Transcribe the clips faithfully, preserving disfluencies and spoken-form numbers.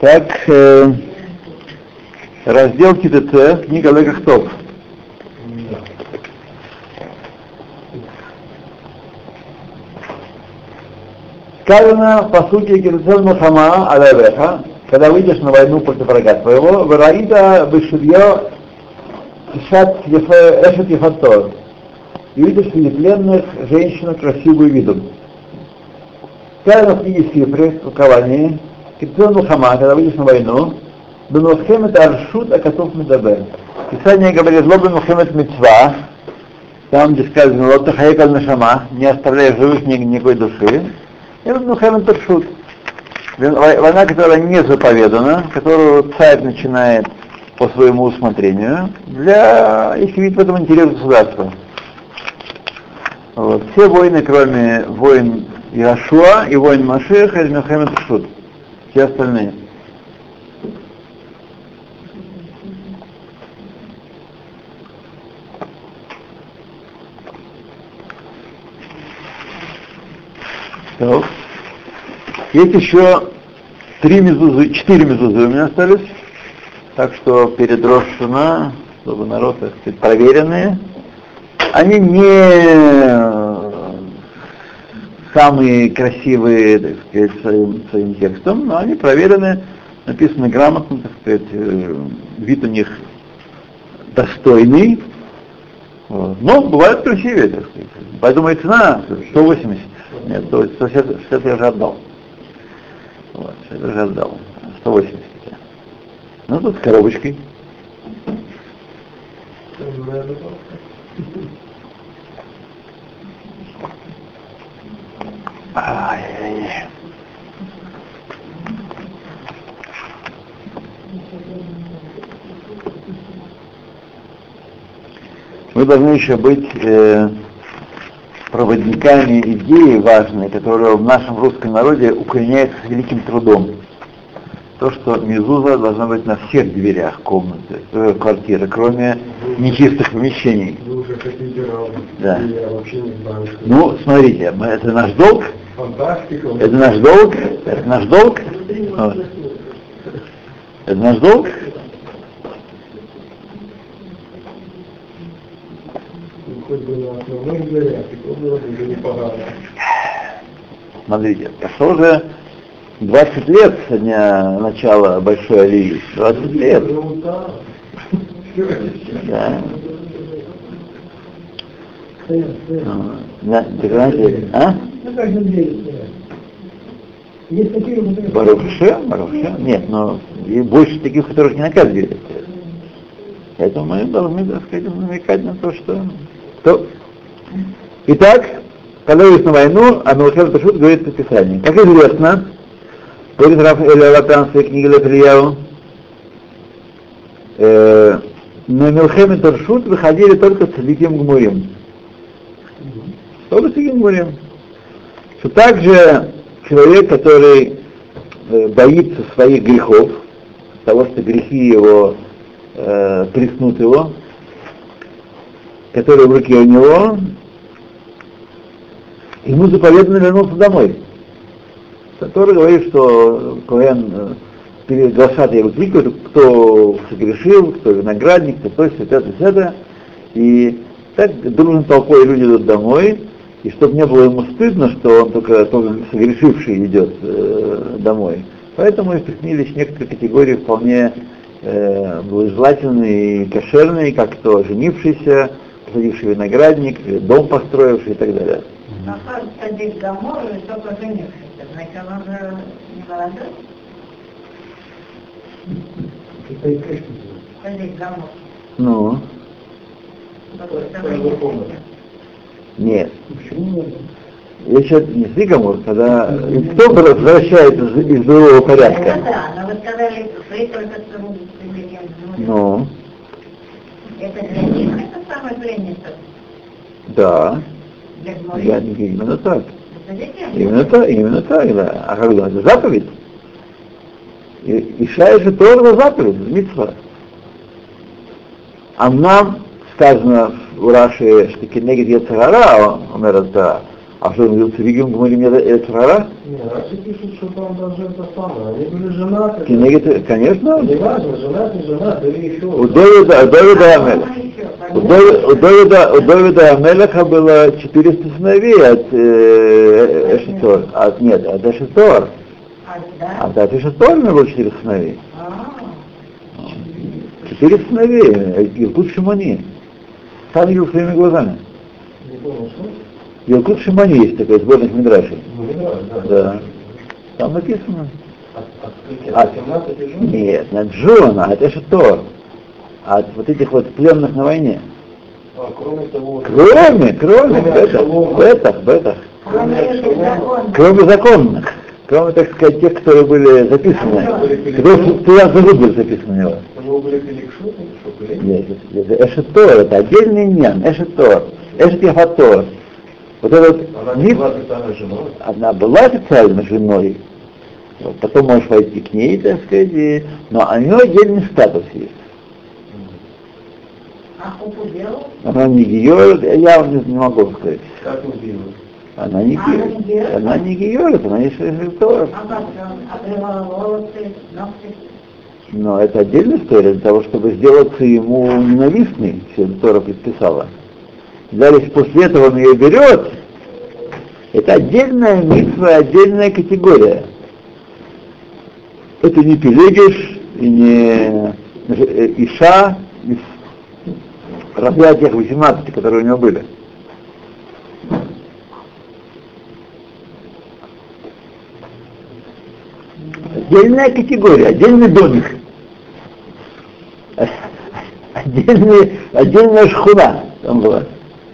Так, э, раздел КТЦ, книга Лекахтов. Сказано по сути КТЦ Мухама Алявеха, когда выйдешь на войну против врага твоего, Вараида Бешильё Эшет Ефатор, и видишь среди пленных женщину красивую видом. Сказано в книге Сифры, толкование, КТЦ Мухама, когда выйдешь на войну, Бенухем это Аршут, а Катов Медабер. Писание говорит, Ло Бенухем Мицва, там, где сказано, Лота Хаекаль Нашама, не оставляя живых ни, никакой души. И Бенухем это Аршут. Война, которая не заповедана, которую царь начинает по своему усмотрению, для, если видит в этом интерес государства. Вот. Все войны, кроме войн Иошуа и войн Машеха, это Бенухем это Аршут. Все остальные. Так. Есть еще три мезузы, четыре мезузы у меня остались, так что перед Рош ха-Шана, чтобы народ, так сказать, проверенные, они не самые красивые, так сказать, своим, своим текстом, но они проверены, написаны грамотно, так сказать, вид у них достойный, вот. Но бывает красивее, так сказать. Поэтому и цена сто восемьдесят. Нет, сто шестьдесят я уже отдал. Вот, я уже отдал. сто восемьдесят. Ну, тут с коробочкой. Ай-яй-яй. Мы должны еще быть э, проводниками идеи важной, которая в нашем русском народе укореняется с великим трудом. То, что мезуза должна быть на всех дверях комнаты, э, квартиры, кроме нечистых помещений. Вы уже хотите равно. Да. Я вообще не знаю, что... Ну, смотрите, мы, это наш долг. Фантастика. Это наш долг. Это наш долг. Вот. Это наш долг. Хоть бы на основных дверях, и то было бы непогано. Смотрите, прошло уже двадцать лет со дня начала Большой Алии. двадцать лет. Ну да. Да. Да, ты знаете, а? Ну как же двери стоят? Есть такие, которые... Барухше, Барухше. Нет, но и больше таких, которых не на каждой двери стоят. Поэтому мы должны, так сказать, намекать на то, что... То. Итак, когда идешь на войну, а Мелхем Пашут говорит в Писании. Как известно, говорит Раф Эля Латан в своей книге Лефильяу, э, на Мелхем Пашут выходили только цадиким гмурим. Только цадиким гмурим. Что также человек, который э, боится своих грехов, того, что грехи его э, приснут его, который в руке у него, ему заповедано вернуться домой. Который говорит, что Коэн приглашает его выкрикивает, кто согрешил, кто виноградник, кто то, все это, все это. И так дружной толпой люди идут домой, и чтобы не было ему стыдно, что он только, только согрешивший идет э, домой. Поэтому и приснились некоторые категории вполне э, благожелательные и кошерные, как кто женившийся, посадивший виноградник, дом построивший и так далее. Но как садить домой, только женившийся, значит, он же не молодой? Садить домой. Ну? Нет. Почему? Еще не Сигамур, когда кто возвращается из, из другого порядка. Ну да, но вы сказали, вы только что Ну? Это для них это самое пленница? Да. Для Гмори? Я, именно так. Это зачем? Именно так, именно так, да. А когда это заповедь? И, Иша же тоже заповедь, митцва. А нам сказано в Раши, что кенегит яцерара, умер это, А что, он говорил, Цивигим говорим, это Царара? Нет, раньше пишут, что там даже это самое. Они были женаты. Кенегет, конечно. Не важно, женат, не женат, или еще. У Давида, у Давида Амелеха. У Давида, у Давида, у Давида Амелеха было четыреста сыновей от э, Эшетор. От, нет, от Эшетор. От Эшетор у него было четыреста сыновей. Четыреста сыновей. Илкут Шимони. Сам видел своими глазами. Не помню, что? Илкут Шимони есть такой сборник Мидрашей. Ну, не знаю, да. Да. Там написано. От, от, от семнадцати жен? Нет, не от Джона, а от Эшетор. От вот этих вот пленных на войне. А, кроме того... Кроме, кроме, бетах, бетах, бетах. Кроме законных. Кроме, так сказать, тех, которые были записаны. Которые туда были записаны у него. У него были пеликшуты, что были? Нет, это Эшетор, это отдельный ньян, Эшетор, Эшет Яфатор. Вот этот Она не была официальной женой? Она была официальной женой. Потом можешь войти к ней, так сказать, и... но у нее отдельный статус есть. А хупу делал? Она не гиорет, я вам не, не могу сказать. Как он делал? Она не гиорет, она не гиорет, она не шерифтор. А как он обрывал волосы, ногти? Но это отдельная история для того, чтобы сделаться ему ненавистной, все Тора предписала. Даже если после этого он ее берет, это отдельная митцва, отдельная категория. Это не Пелегиш, и не Иша, из разряда тех восемнадцати, которые у него были. Отдельная категория, отдельный домик. Отдельный, отдельная шхуна там была.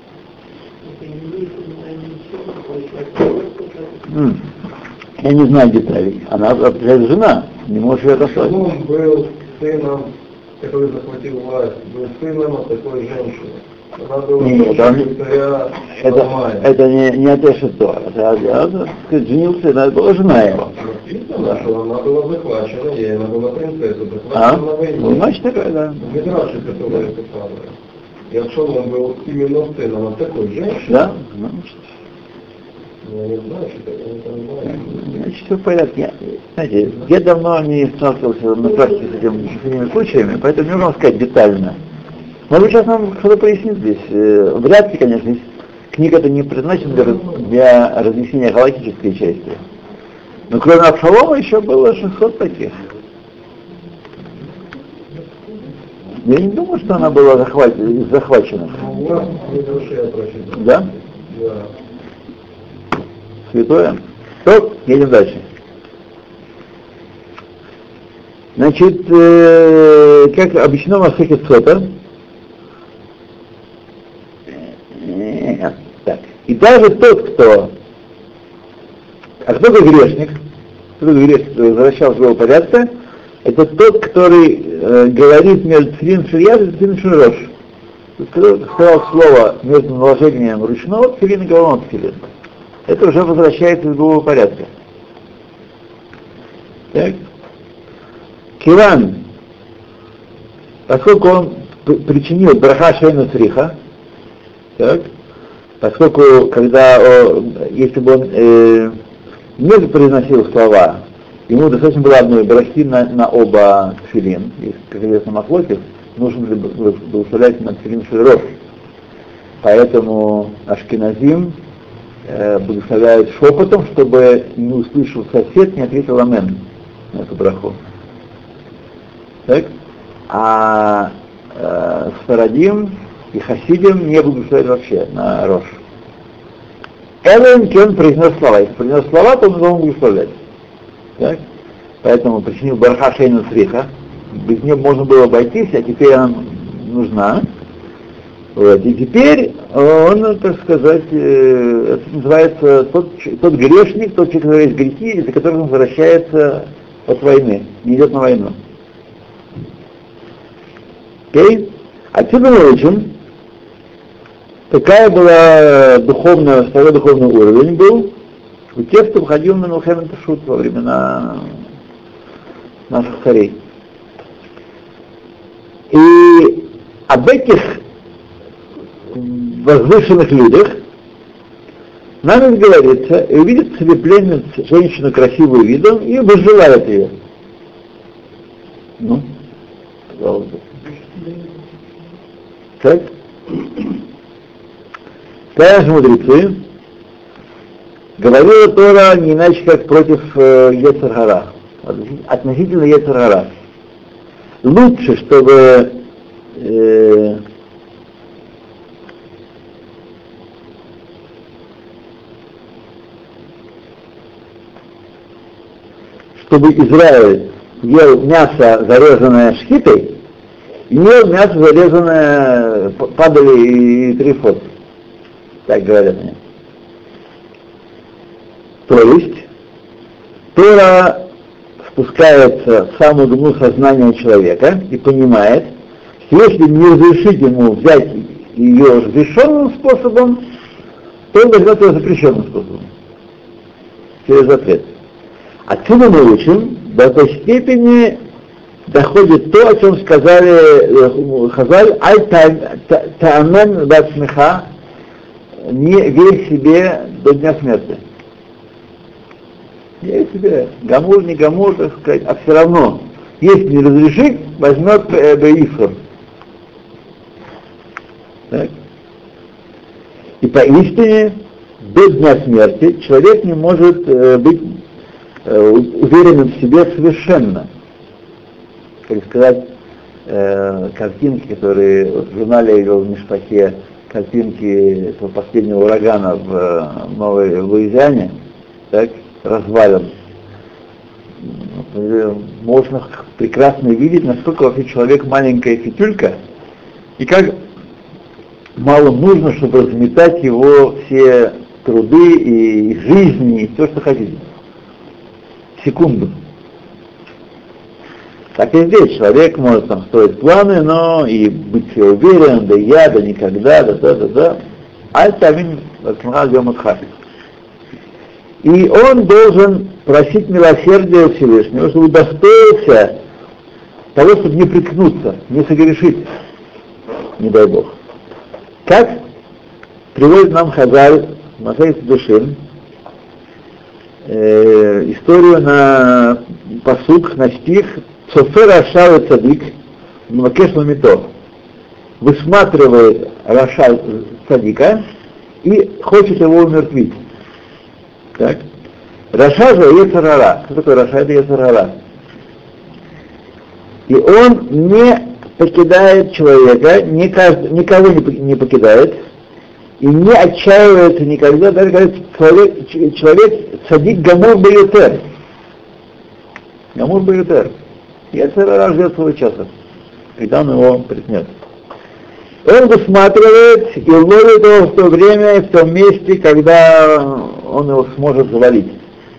М. Я не знаю деталей. Она определяет жена, не можешь ее отослать. Он был сыном, который захватил власть, был сыном от такой женщины. Она была Нет, он, царя это, Амая. это не, не от Эшетора, это, это, так сказать, женился, это была жена его. Написано, да. Что она была захвачена, ей она была принцесса, захвачена А? на войне. Ну, значит, такая, да. Мидраши, которые это самое. И отшел он был именно сыном от такой женщины. Да? Значит, Ну, я не знаю, что это, я не понимаю. значит, все в порядке. Я, знаете, я давно не сталкивался на практике с, этим, с этими случаями, поэтому не могу сказать детально. Может быть, сейчас нам что-то прояснит здесь. Э, вряд ли, конечно, здесь книга это не предназначена для, для разъяснения галактической части. Но кроме Авшалома еще было шестьсот таких. Я не думаю, что она была захват... из захваченных. Ну, вот, Мидраши я прочитал. Да? Да. Святое. То, едем дальше. Значит, э, как обычно в Масехет Сота, э, так, и даже тот, кто, а кто такой грешник, кто такой грешник, который возвращал своего порядка, это тот, который э, говорит между тфилин шельяд и тфилин шельрош. Кто сказал слово между наложением ручного тфилина и головного тфилина. Это уже возвращается из другого порядка. Так? Киван, поскольку он причинил браха шейна цриха, так, поскольку когда, о, если бы он э, не произносил слова, ему достаточно было одной брахи на, на оба тфилин, есть, как известно, махлокис, нужно ли благословлять на тфилин шейрош. Поэтому ашкеназим э, благословляют шепотом, чтобы не услышал сосед, не ответил амен на эту браху. Так? А э, Сфарадим и Хасидим не благословляют вообще на Рош. Элен Кен произнес слова. Если произнес слова, то он должен благословлять. Так? Поэтому причинил браха шейну цриха. Без нее можно было обойтись, а теперь она нужна. Вот. И теперь он, так сказать, э, это называется тот, тот грешник, тот человек, который есть грехи, из-за которых он возвращается от войны, не идет на войну. Окей? Отсюда мы учим, какая была духовная, второй духовный уровень был у тех, кто входил на Милхемет Шут во времена наших царей. И об этих возвышенных людях Нам ведь говорится, и увидит себе пленниц женщину красивую видом и возжелает ее. Ну, пожалуйста. Так? Скажем, мудрецы, говорила Тора не иначе, как против э, Йецер Гара, относительно Йецер Гара. Лучше, чтобы э, чтобы Израиль ел мясо, зарезанное шхитой, и не ел мясо, зарезанное падали и трифот. Так говорят мне. То есть Тора спускается в самую глубину сознания человека и понимает, что если не разрешить ему взять ее разрешенным способом, то он возьмет ее запрещенным способом, через запрет. Отсюда мы учим, до той степени доходит то, о чем сказали Хазаль, аль та'амен бa'ацмеха, не верь себе до дня смерти. Не верь себе, гамур, не гамур, так сказать, а все равно, если не разрешить, возьмет беифр. Так? И поистине, до дня смерти человек не может э, быть э, уверенным в себе совершенно. Как сказать, э, картинки, которые в журнале я видел в Мишпахе, картинки этого последнего урагана в э, Новой Луизиане, так, развалин. Можно прекрасно видеть, насколько вообще человек маленькая фитюлька, и как мало нужно, чтобы разметать его все труды и жизни, и все, что хотите. Секунду. Так и здесь человек может там строить планы, но и быть себе уверен, да я, да никогда, да, да, да, да. Аль-Тамин Бакмага. И он должен просить милосердия у Всевышнего, чтобы удостоился того, чтобы не приткнуться, не согрешить, не дай Бог. Как приводит нам Хазаль Масехет Душин, э, историю на пасук, на стих Софер Раша Цадик Мвакеш Ламито, высматривает Раша Цадика и хочет его умертвить. Так? Раша же Йецер Гара. Что такое Раша? Это Йецер Гара. И он не покидает человека, никого не покидает, и не отчаивается никогда, даже говорит, человек, человек садик гамур беютер. Гамур беютер. Йецер Гара ждет своего часа, когда он его приткнет. Он высматривает и ловит его в то время и в том месте, когда он его сможет завалить.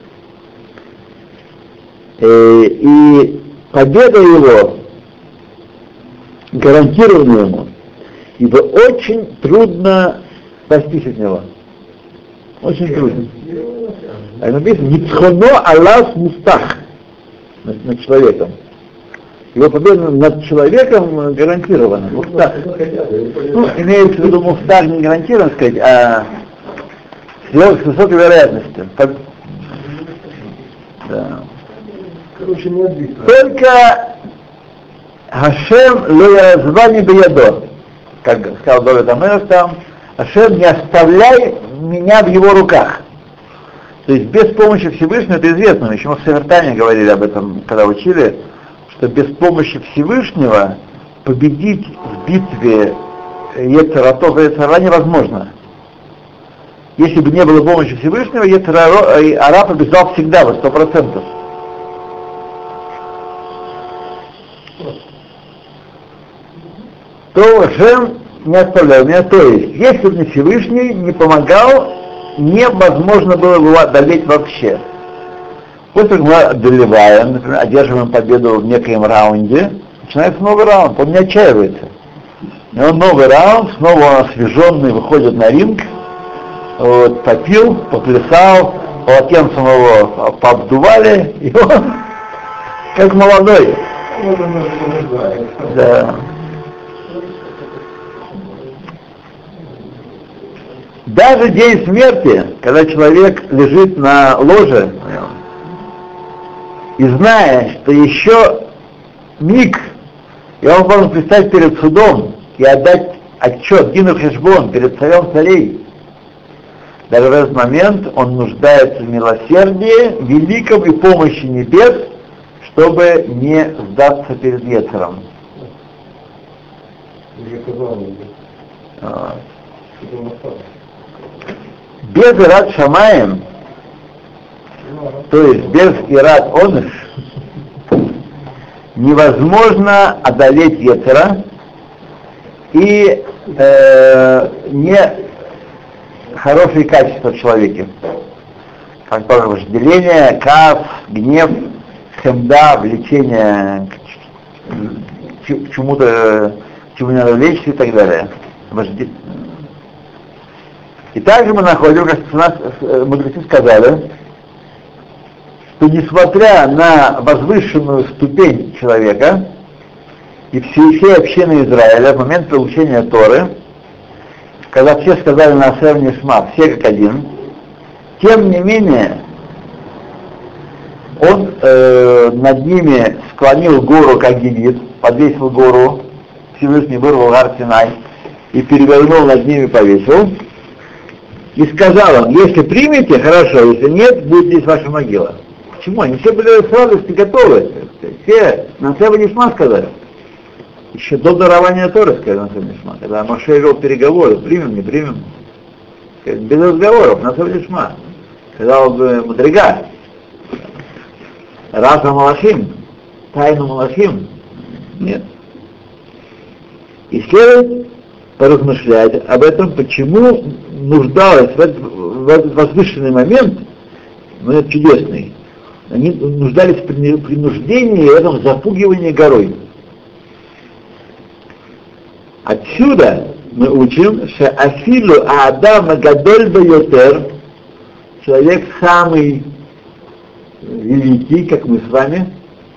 И победа его гарантирована ему, ибо очень трудно спастись от него. Очень трудно. А написано «Ницхоно Аллах мустах» над, над человеком. Его победа над человеком гарантирована. Мустах. Ну, имеется в виду мустах не гарантирован, сказать, а с высокой вероятностью. Да. Короче, не отбить. Только Хашем лоязвани биядо, как сказал Давид ха-Мелех там, Хашем, не оставляй меня в его руках. То есть без помощи Всевышнего, это известно, еще мы в Севертане говорили об этом, когда учили, что без помощи Всевышнего победить в битве Йецер Ара и Йецер Ара невозможно. Если бы не было помощи Всевышнего, Йецер Ара побеждал всегда, во сто процентов. То Шем не оставлял меня. То есть, если бы не Всевышний не помогал, невозможно было бы одолеть вообще. После того, как мы одолеваем, например, одерживаем победу в некоем раунде, начинается новый раунд, он не отчаивается. И он новый раунд, снова он освеженный, выходит на ринг, вот, попил, поплясал, полотенцем его пообдували, и он как молодой. Да. Даже день смерти, когда человек лежит на ложе, и зная, что еще миг, и он должен предстать перед судом и отдать отчет, динур хешбон, перед царем царей, даже в этот момент он нуждается в милосердии, великом и помощи небес, чтобы не сдаться перед Ецером. А. Без ират шамаем, то есть без ират оныш, невозможно одолеть Ецера и э, не хорошие качества в человеке, как тоже вожделение, каф, гнев, хемда, влечение к чему-то, к чему не надо влечься и так далее. Вожделение. И также мы находим, как у нас мудрецы сказали, что несмотря на возвышенную ступень человека и всей, всей общины Израиля в момент получения Торы, когда все сказали на Асер Нишма, все как один, тем не менее, он э, над ними склонил гору, как Гигит, подвесил гору, Всевышний вырвал гор Синай и перевернул над ними, повесил. И сказал он, если примете, хорошо, если нет, будет здесь ваша могила. Почему? Они все были с радостью готовы. Все на Асер Нишма сказали. Еще до дарования Торы, сказали на Асер Нишма, когда Моше вел переговоры, примем, не примем. Без разговоров, на Асер Нишма. Сказал бы Мудрига, Рафа Малахим, тайну Малахим. Нет. И следует поразмышлять об этом, почему нуждалась в этот, в этот возвышенный момент, момент чудесный, они нуждались в принуждении и в этом запугивании горой. Отсюда мы учим, что афилу аадам гадоль байотер, человек самый великий, как мы с вами,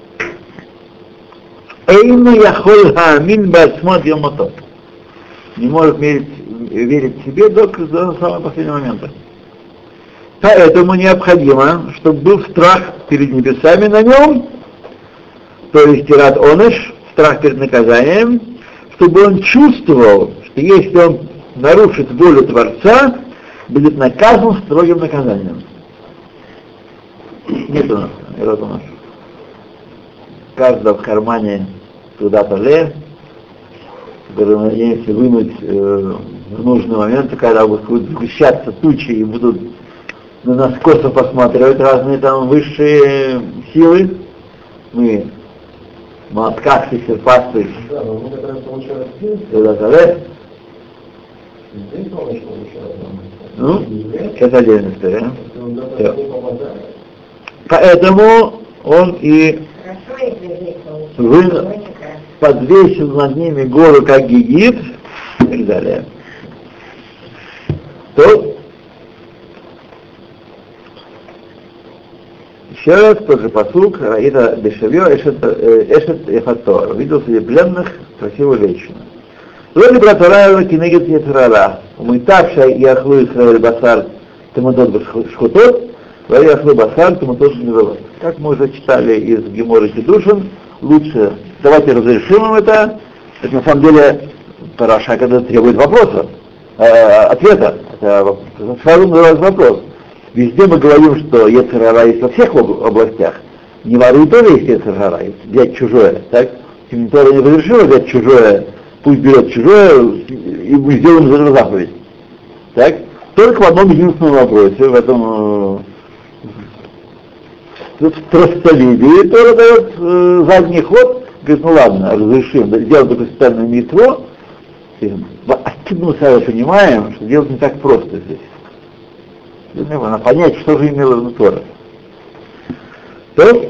эйну яхоль хаамин баасмот йомото, не может верить, верить себе до, до самого последнего момента. Поэтому необходимо, чтобы был страх перед небесами на нем, то есть ират оныш, страх перед наказанием, чтобы он чувствовал, что если он нарушит волю Творца, будет наказан строгим наказанием. Нет у нас, ират оныш. Каждого в кармане туда-то ле, который надеется вынуть э, в нужный момент, когда будут сгущаться тучи и будут на нас косо посматривать разные там высшие силы. Мы молоткасты, серпасты, Да, но мы как раз получаем туда-то ле. здесь помощь получаем. Ну, это отдельная история. Он даже Да. не помогает. Поэтому он и Хорошо, если здесь получится. Вы- Давайте так. подвесил над ними гору, как Гигит, и так далее. То еще раз тот же пасук, Раида Бешевьё, Эшет Ефатор, видел среди пленных красивую женщину. Лоли братарайла кинегет Ецерара, умытавшая и ахлу Исраэль басар тамадот шхутот, вари ахлу басар тамадот шхутот. Как мы уже читали из Гемора Кедушин, лучше давайте разрешим им это. Это на самом деле параша, когда требует вопроса, э, ответа. Это сразу называется вопрос. Везде мы говорим, что Йецер Гара есть во всех об- областях. Не воруй тоже есть Йецер Гара, взять чужое. Так? Тора не разрешила взять чужое, пусть берет чужое, и мы сделаем из этого заповедь. Так? Только в одном единственном вопросе, в этом в тростолюбии Тора дает э, задний ход, говорит, ну ладно, разрешим, да, сделать такое специальное митцву. Откуда мы сами понимаем, что делать не так просто здесь. Надо понять, что же имела в виду Тора. То,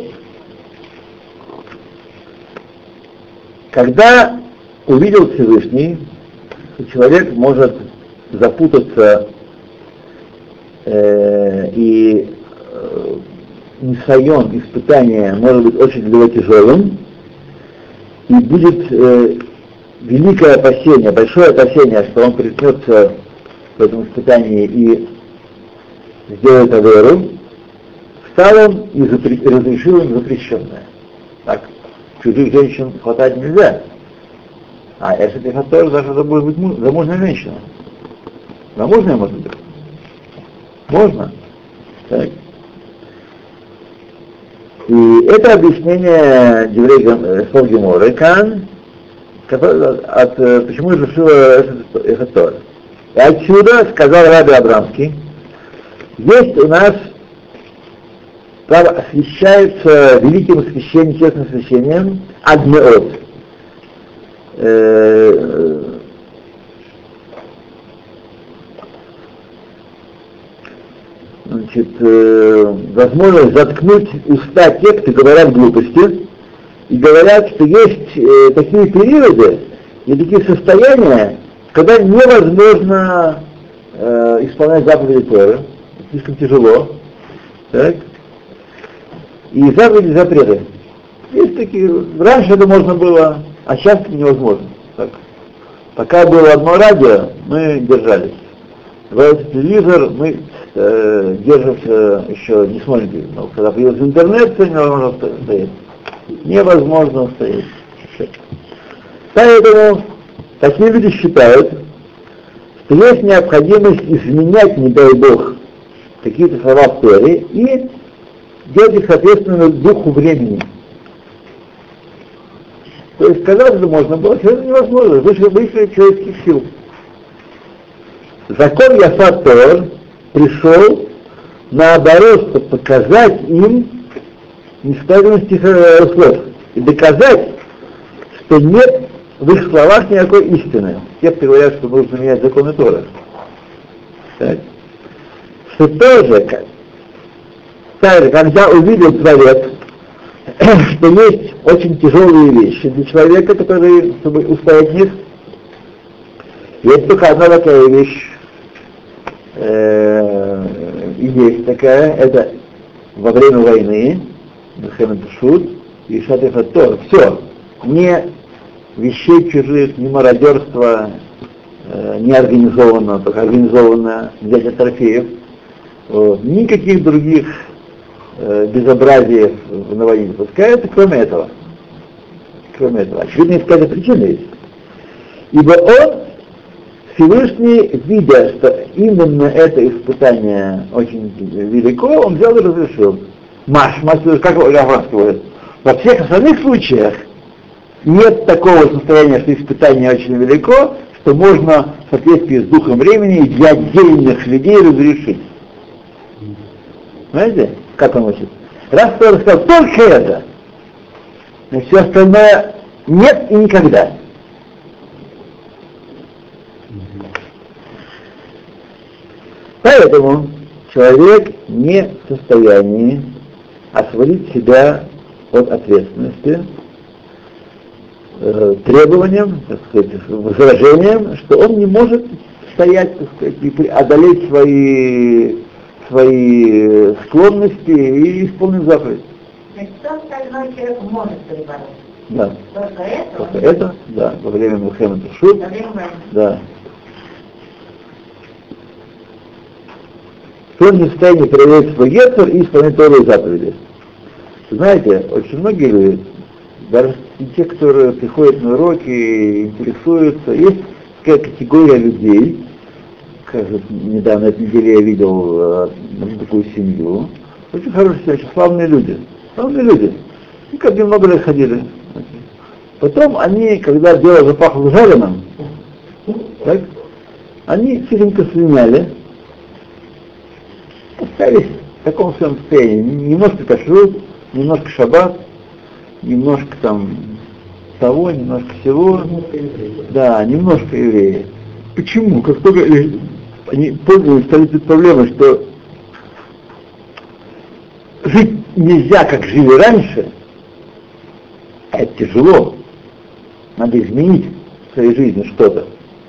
когда увидел Всевышний, что человек может запутаться э, и э, несайон, испытание может быть очень для него тяжелым, и будет э, великое опасение, большое опасение, что он приткнется в этом испытании и сделает аверу, встал он и запре- разрешил им запрещенное. Так, чужих женщин хватать нельзя. А Эшет Хатор даже это может быть му- замужняя женщина. Замужняя может быть. Можно. Так. И это объяснение Деврей слов Геморы, Кан, от, почему разрешила Эшет Тор. И отсюда, сказал Раби Абрамский, есть у нас, освящается великим освящением, честным освящением, Адмеот. Значит, э, возможность заткнуть уста тех, кто говорят глупости, и говорят, что есть э, такие периоды и такие состояния, когда невозможно э, исполнять заповеди Торы, слишком тяжело, так? И заповеди, запреты. Есть такие, раньше это можно было, а сейчас это невозможно. Так. Пока было одно радио, мы держались. Был телевизор, мы э, держимся еще, не смотрим, но когда появился интернет, то невозможно стоять. Невозможно стоять. Поэтому такие люди считают, что есть необходимость изменять, не дай Бог, какие-то слова в Торе и делать их соответственно духу времени. То есть когда-то это можно было, сейчас это невозможно, выше, выше человеческих сил. Закон Ясад Тор пришел наоборот, чтобы показать им неставленность их слов и доказать, что нет в их словах никакой истины. Те, кто говорят, что нужно менять законы Тора. Так. Что тоже, так, когда увидел человек, что есть очень тяжелые вещи для человека, которые, чтобы устоять в них, есть только одна такая вещь, э, и есть такая, это во время войны, Шут и Шатефат Тор. Все, не вещей чужих, не мародерства, э, не организованного, только организованное взятие трофеев, вот, никаких других э, безобразий в войне не пускается, кроме этого. Кроме этого. Очевидно, есть какая-то причина есть. Ибо он, Всевышний, видя, что именно это испытание очень велико, он взял и разрешил. Маш, маш, как Раф говорит, во всех остальных случаях нет такого состояния, что испытание очень велико, что можно в соответствии с духом времени для отдельных людей разрешить. Знаете, как он учит? Раз кто сказал только это, но все остальное нет и никогда. Поэтому человек не в состоянии освободить себя от ответственности э, требованием, так сказать, возражением, что он не может стоять, так сказать, и одолеть свои, свои склонности и исполнить заповедь. Значит, что остальной человек может прибороть? Да. Только это? Только это, да, во время Мухаммеда Шут, да. Он не в состоянии проявить свой ецер и исполнять Тору и заповеди. Знаете, очень многие люди, даже те, которые приходят на уроки, интересуются, есть такая категория людей, как недавно на этой неделе я видел э, такую семью, очень хорошие, очень славные люди, славные люди, и как бы много лет ходили. Потом они, когда дело запахло жареным, так, они тихонько слиняли, остались в таком своем состоянии, немножко кашрут, немножко шаббат, немножко там того, немножко всего, да, немножко евреи. Почему? Как только они поняли, стали тут проблемы, что жить нельзя, как жили раньше, это тяжело. Надо изменить в своей жизни что-то.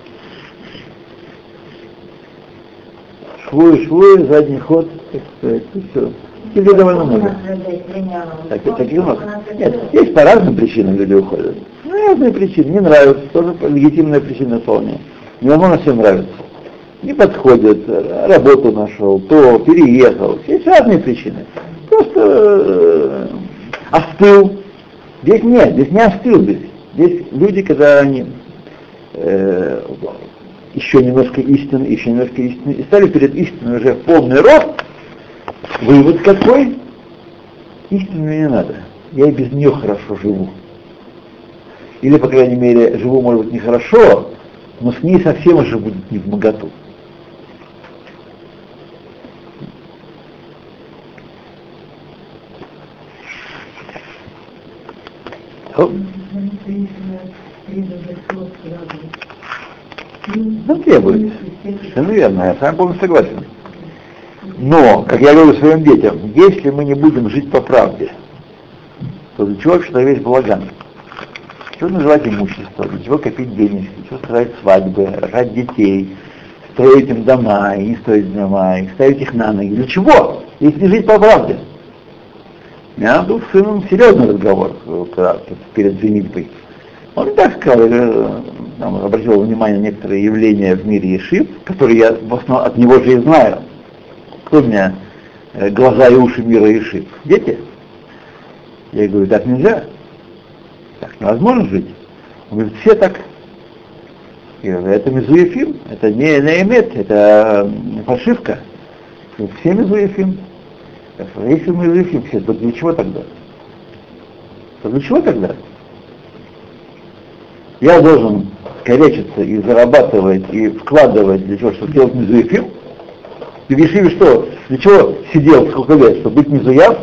Швуй, швуй, задний ход, так сказать, и все. Или довольно много. Так, таких много. Нет, есть по разным причинам люди уходят. Ну, разные причины. Не нравится, тоже легитимная причина вполне. Невозможно всем нравится. не подходит, работу нашел, то переехал. Есть разные причины. Просто э, остыл. Здесь нет, здесь не остыл. Здесь, здесь люди, когда они э, еще немножко истины, еще немножко истины, и стали перед истиной уже в полный рост, вывод какой? Истину мне не надо. Я и без нее хорошо живу. Или, по крайней мере, живу, может быть, нехорошо, но с ней совсем уже будет не вмоготу. Ну, требует. Совершенно верно, я с вами полностью согласен. Но, как я говорю своим детям, если мы не будем жить по правде, то для чего вообще весь балаган? Чего наживать имущество, для чего копить денежки, чего строить свадьбы, рожать детей, строить им дома, и не строить дома, и ставить их на ноги. Для чего? Если не жить по правде. У меня был с сыном серьезный разговор перед женитьбой. Он и так сказал, там, обратил внимание на некоторые явления в мире ешив, которые я в основном от него же и знаю. Кто у меня э, глаза и уши мира ешив? Дети? Я говорю, так нельзя. Так невозможно жить. Он говорит, все так. Я говорю, это мезуефим, это не наэмет, это фальшивка. Все мезуефим. Если мы мезуефим все, то для чего тогда? То для чего тогда? Я должен корячиться и зарабатывать, и вкладывать для чего, чтобы делать мезуефим? Ты в ешиве что? Для чего сидел сколько лет? Чтобы быть мезуяв?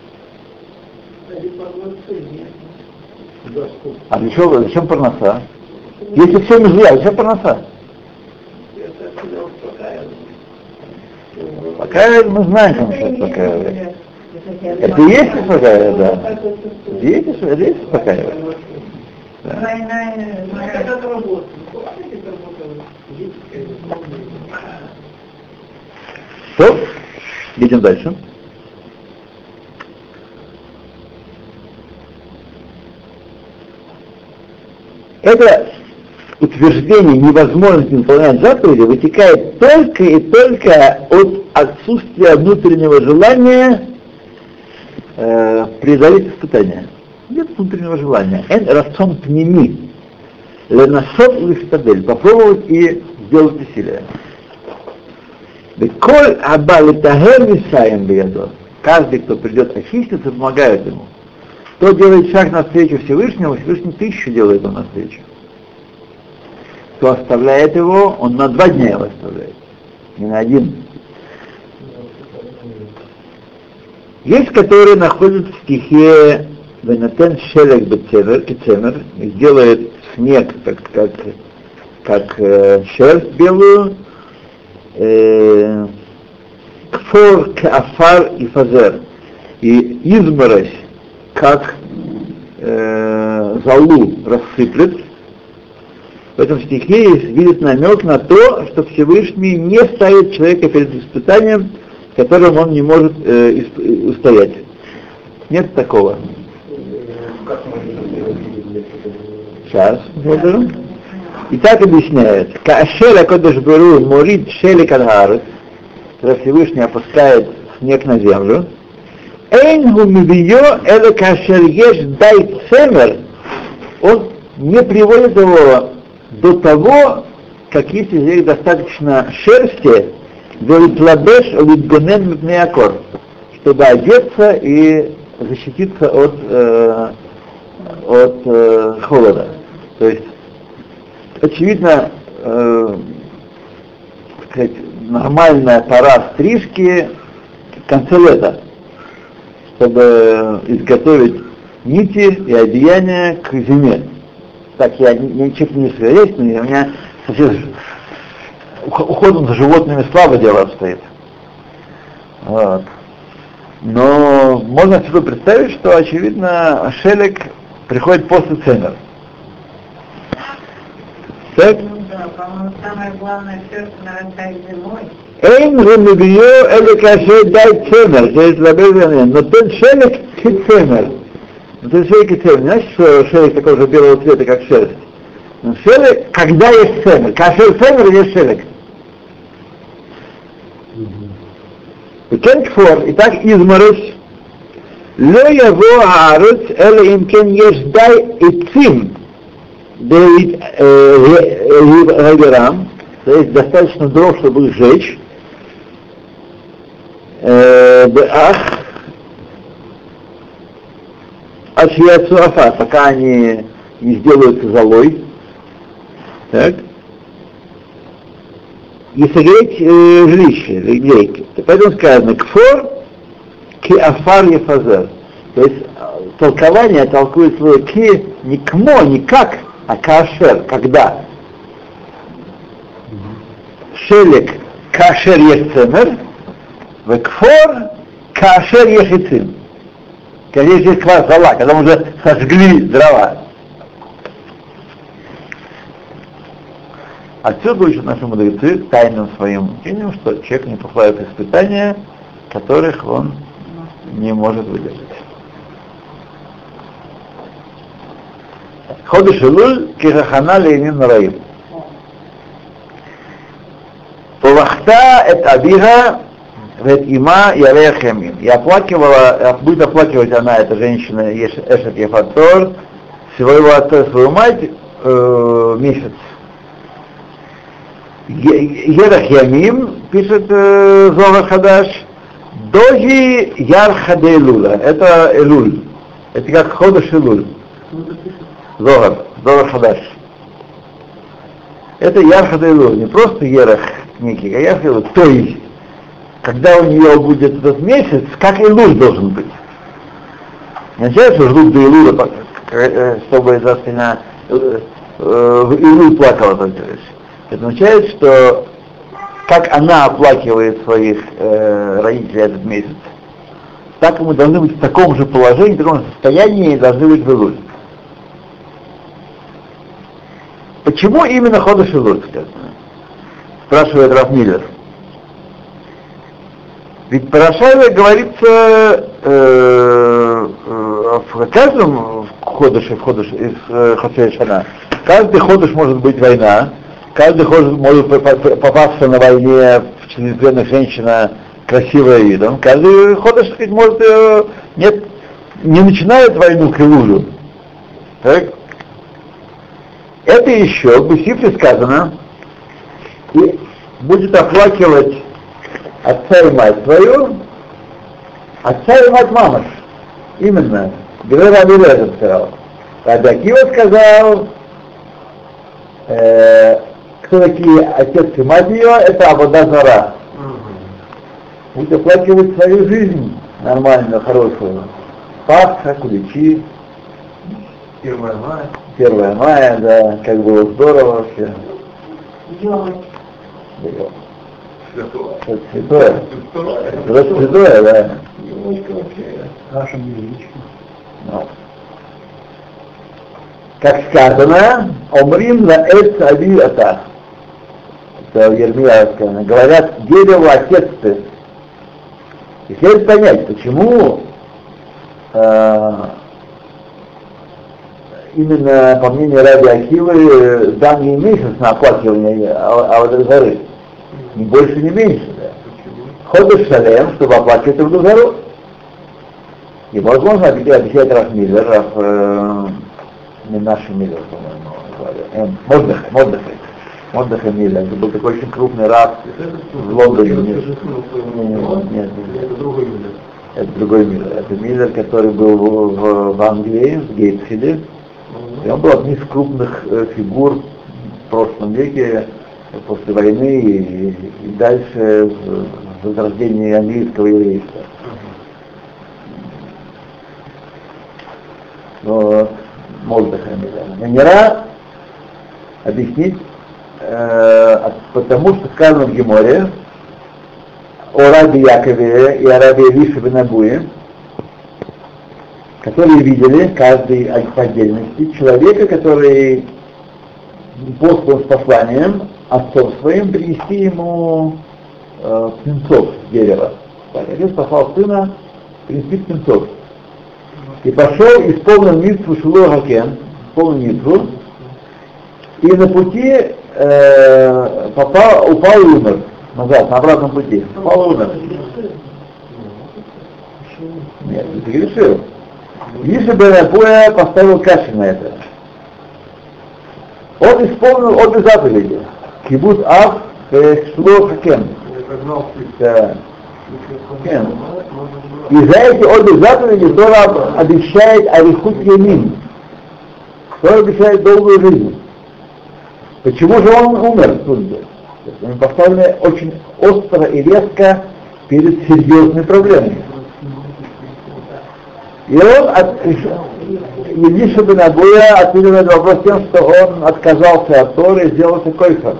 А для чего? Зачем парноса? Если все мезуяв, зачем парноса? Пока мы знаем, что это успокаивает. Это и есть успокаивает, да. Это и есть, это и есть успокаивает. Да. Что? Идем дальше. Это утверждение невозможности выполнять заповеди вытекает только и только от отсутствия внутреннего желания э, преодолеть испытания. Нет внутреннего желания. Эн рацион пними. Ленасот лиштадель. Попробовать и сделать усилия. Коль абал тагер мисаем биядо. Каждый, кто придет очиститься, помогает ему. Кто делает шаг навстречу Всевышнему, Всевышний тысячу делает ему навстречу. Кто оставляет его, он на два дня его оставляет. Не на один. Есть, которые находятся в стихе Венатен шелек бецемер, и сделает снег, как, как, как э, шерсть белую, э, кфор кафар и фазер, и изморозь, как э, золу рассыплет. В этом стихе видит намек на то, что Всевышний не ставит человека перед испытанием, которым он не может э, устоять. Нет такого. Сейчас, буду. И так объясняет. Каашер Кодеш Беру Морид Шелек Аль-Харес, когда Всевышний опускает снег на землю. Эйнгу мивио эле каашер еш дай цемер. Он не приводит его до того, как если здесь достаточно шерсти, чтобы одеться и защититься от, э, от э, холода. То есть, очевидно, э, сказать, нормальная пора стрижки в конце лета, чтобы изготовить нити и одеяния к зиме. Так, я ничего не свидетельный, у меня совсем уходом за животными слабо дело обстоит. Вот. Но можно себе представить, что, очевидно, шелек приходит после цемер. Так? Ну да, по-моему, самое главное, все, что нарастает зимой. Эйн румибио эле кашер дай цемер, то есть лабезанен, но тот шелек ки цемер. Но тот шелек ки цемер, знаешь, что шелек такого же белого цвета, как шерсть? Но шелек, когда есть цемер, кашер цемер есть шелек. Кен кфор, и так изморозь, лё его аарец, эле им кен еш дай и цим, дэвид гайверам, то есть достаточно дров, чтобы их сжечь, ах, ашьяцуафа, пока они не сделаются золой, так, и согреть э, жилище, лейки. Поэтому сказано, кфор ки афар ефазер. То есть толкование толкует слово ки не кмо, не как, а кашер, когда. Шелек кашер ехцемер, в кфор кашер ехицим. Когда здесь квас зала, когда мы уже сожгли дрова. Отсюда учат наши мудрецы тайным своим учением, что человек не попадает в испытания, которых он не может выдержать. Ходыш Элуль кихахана лейним нараим. Повахта эт абига вет има ярехемим. И оплакивала, будет оплакивать она, эта женщина, Эшет Ефатор, своего отца, свою мать, э, месяц. Ерах Ямим, пишет э, Зоар Хадаш, Дожи Яр Хаде Элула. Это Элуль. Это как Ходыш Элуль. Зоар, Зоар Хадаш. Это Яр Хаде Элуль. Не просто Ерах некий, а Яр Хаде Элуль. То есть, когда у нее будет этот месяц, как Элуль должен быть. Не означает, что ждут до Элуля, чтобы за спина в Элуль плакала только лишь. Это означает, что как она оплакивает своих э, родителей этот месяц, так мы должны быть в таком же положении, в таком же состоянии должны быть в Элуль. Почему именно Ходыш Элуль, спрашивает Рав Миллер. Ведь про Рашаве говорится э, э, в каждом Ходыше, в Ходыше из э, Хацея Шана. Каждый Ходыш может быть война. Каждый может попасться на войне в чрезвычайных женщина красивая видом. Каждый ходыш, так сказать, может, нет, не начинает войну к Элулю. Так? Это еще в Бесифре сказано, и будет оплакивать отца и мать свою, отца и мать мамаш. Именно. Герой Раби Лезер сказал. Раби Акива сказал, э, кто такие отец и мать ее, это Авода Зара. Будут оплакивать свою жизнь нормально, хорошую. Пасха, куличи. Первое мая. Первое мая, да, как было здорово вообще. Делать. Святое. Это святое. Это святое, да. Немножко вообще нашим язычком. Ну. Как сказано, омрим на эц аби ата. Это Ермия сказано. Говорят, дерево отец ты. И следует понять, почему э, именно, по мнению Раби Акивы, дан ей месяц на оплакивание Авода-Зары. Ни больше, ни меньше. Да. Ходыш шалем, чтобы оплакивать Авода-Зару. И возможно, объясняет Рав Миллер, Рав, э, не наши Миллер, по-моему, Мордехай, Мордехай. Мордехай Миллер. Это был такой очень крупный раб в Лондоне. Нет, нет, нет, это другой Миллер. Это другой Миллер. Это Миллер, который был в, в, в Англии, в Гейтхеде. И он был одним из крупных э, фигур в прошлом веке, после войны и, и дальше в возрождении английского еврейства. Но Мордехай Миллер. Манера объяснить, э, потому что сказано в Геморе о Раби Якове и о Раби Элише бен Абуе, которые видели, каждый по отдельности, человека, который послан с посланием отцом своим принести ему э, птенцов с дерева. Так, отец послал сына принести птенцов. И пошел, исполнил митцву Шило Хакен, исполнил митцву, и на пути э, попал, упал и умер. Назад, на обратном пути. Упал и умер. Нет, не согрешил. Если бы Рабуя поставил кашель на это, он исполнил обе заповеди. Кибут Ав Шло Хакен. Да. И за эти обе заповеди Тора обещает Арихут Ямин. Тора обещает долгую жизнь. Почему же он умер тут же? Он поставлен очень остро и резко перед серьезной проблемой. И он от Елиша бен Абуя ответил на этот вопрос тем, что он отказался от Торы и сделался койфер.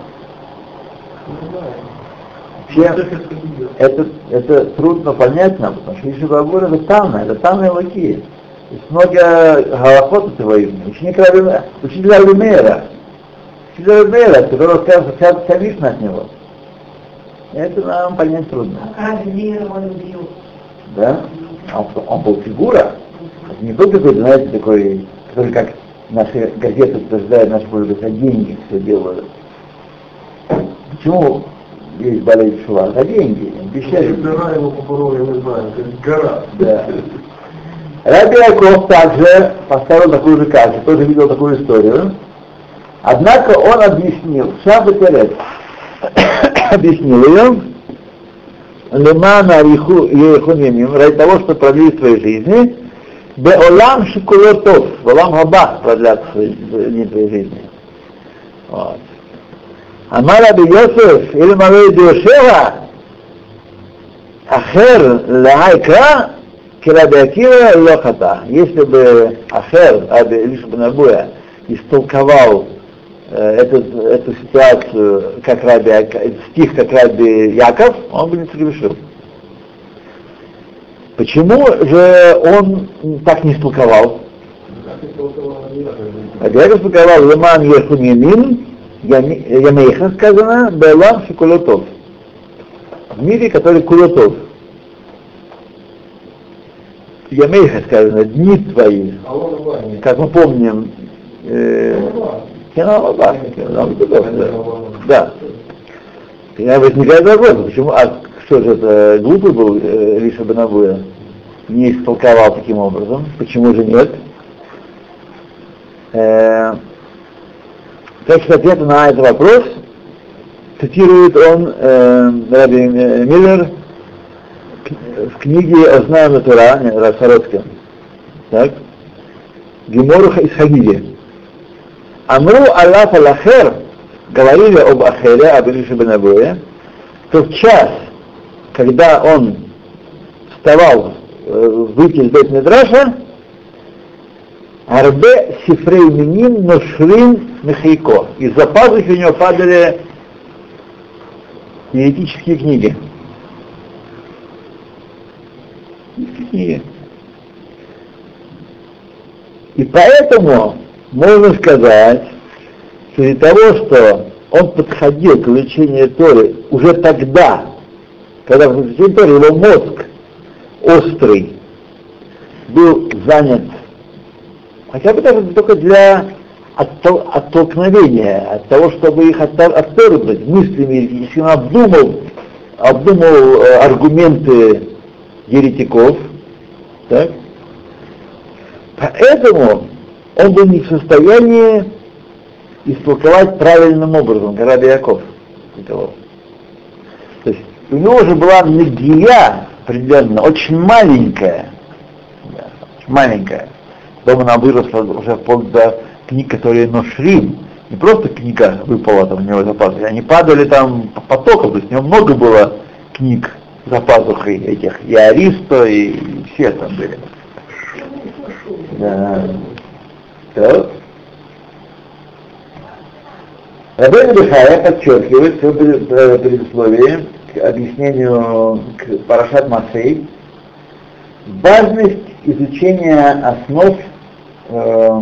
Это, это трудно понять нам, потому что Елиша бен Абуя это Тана, это Тана и Лаки. Есть много галахот этого имени. Ученик Раби, учитель Раби Мейра. Учитель Раби Мейра, который рассказывает вся, вся Мишна от него. Это нам понять трудно. Раби Мейра он убил. Да? Он, он был фигура. Это не только такой, знаете, такой, который как наши газеты утверждают, наши пользователи, за деньги все делают. Почему есть болезнь Шува? За деньги. Обещали. Гора его поборола, я не знаю, как гора. Да. Раби Яков также поставил такую же кашу, тоже видел такую историю. Однако он объяснил, Шаббат Терет, объяснил ее, Лемана Риху Ехунемим, ради того, чтобы продлить свои жизни, Беолам Шикулотов, в Олам Хаба продлят свои твоей жизни. Вот. Амар Раби Йосеф, или Мавей Диошева, Ахер Лахайка, Раби Акива Лохата. Если бы Ахер, Раби Елиша бен Абуя, истолковал э, эту, эту ситуацию, как Раби, стих, как Раби Яков, он бы не согрешил. Почему же он так не истолковал? Раби Яков истолковал Леман Ехун Ямин, Ямейха сказано, Бейлам Шикулотов. В мире, который Кулотов. Ямейха сказано, дни твои, как мы помним, Кеналаба, да. Тогда возникает вопрос, почему, а что же это, глупый был Елиша бен Абуя, не истолковал таким образом, почему же нет? Э, так что ответ на этот вопрос цитирует он э, Раби Миллер в книге «Ознаем Тора», Рассородская, так, Геморуха из Хагиди. Амру Аллаф Алахер, говорили об Ахере, об Елише бен Абуе, тот час, когда он вставал выйти из Бейт-Мидраша, Арбе Сифрей Минин Ношрин Мехайко. Из-за пазухи у него падали еретические книги. Книги. И поэтому можно сказать, что из-за того, что он подходил к изучению Торы уже тогда, когда в изучении Торы его мозг острый был занят, хотя бы даже только для оттол- оттолкновения, от того, чтобы их от- отторгнуть мыслями еретическими, он обдумал, обдумал э, аргументы еретиков, так? Поэтому он был не в состоянии истолковать правильным образом, как Раби Яков. То есть у него уже была нагия определенно, очень маленькая, да, очень маленькая. Потом она выросла уже вплоть до книг, которые ношрим, не просто книга выпала там у него за пазухой, они падали там потоком, то есть у него много было книг за пазухой этих, и Аристо, и, и все там были. Да. Так. Рабейну Бехая подчеркивает в предисловии к объяснению к Парашат Масей важность изучения основ э,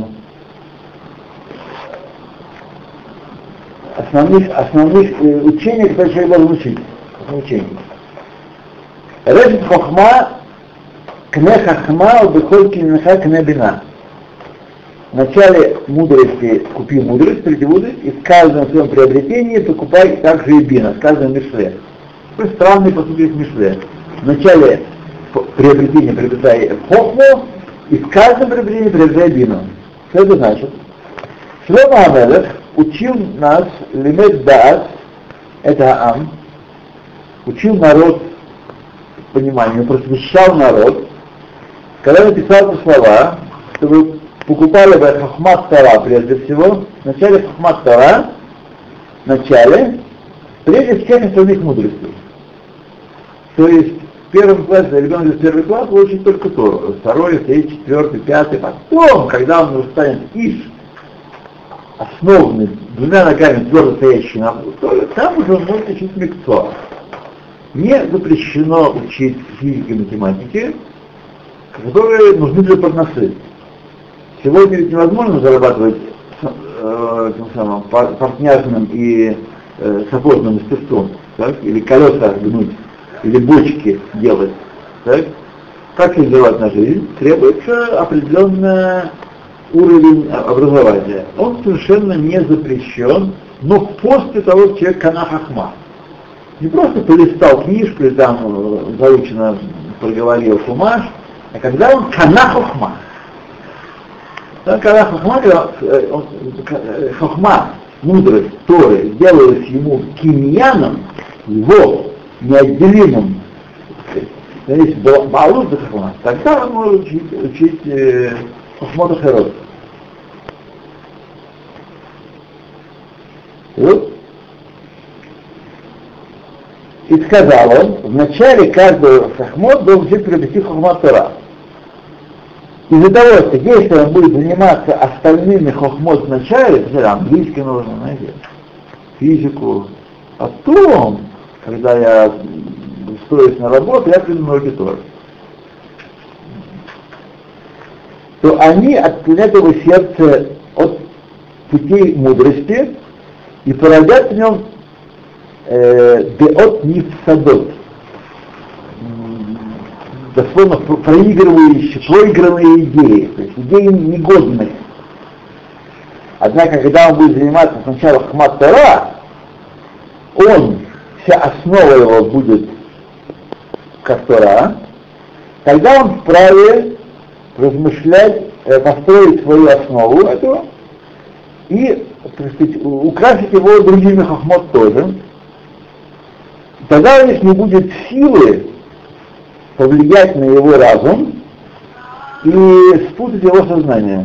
основных, основных э, учений, которые человек должен учить. Учений. Решет хохма кне хахма убихоль кинеха кне бина. В начале мудрости купи мудрость, прежде мудрость, и в каждом своем приобретении покупай также и бина, в каждом мишле. Такой странный поступок в мишле. В начале приобретении приобретая хохму, и в каждом приобретении приобретая бину. Что это значит? Шломо ха-Мелех учил нас лимед даат, это ам, учил народ пониманию, просвещал народ, когда написал эти слова, чтобы покупали бы хохмат Тора прежде всего, в начале хохмат Тора, в начале, прежде всех остальных мудростей. То есть в первом классе, ребенок из первый класс учит только Тору, второй, третий, четвертый, пятый, потом, когда он уже станет иш, основанный, двумя ногами твердо стоящий на Торе, там уже он может учить микцо. Не запрещено учить физике и математике, которые нужны для парносы. Сегодня ведь невозможно зарабатывать э, тем самым портняжным и э, сапожным мастерством, так? Или колеса гнуть, или бочки делать. Так? Как реализовать на жизнь? Требуется определенный уровень образования. Он совершенно не запрещен, но после того, как человек кана хахма. Не просто полистал книжку и там заучено проговорил хумаш, а когда он кана хохма. Когда хохма, хохма, мудрость Торы делалась ему киньяном, его неотделимым, есть балут за хохма, тогда он может учить, учить э, хохмот ахерот. Вот. И сказал он, в начале каждого хохмот должен человек приобрести хохмат Тора. Из-за того, что если он будет заниматься остальными хохмот в начале, английский нужно, знаете, физику, потом, когда я устроюсь на работу, я приду на уроки Торы, то они отклонят его сердце от путей мудрости и породят в нем деот нифсадот, дословно проигрывающие, проигранные идеи, то есть идеи негодные. Однако, когда он будет заниматься сначала хохмат Тора, он, вся основа его будет как Тора, тогда он вправе размышлять, построить свою основу этого и, так сказать, украсить его другими хохмот тоже. Тогда у них не будет силы повлиять на его разум и спутать его сознание.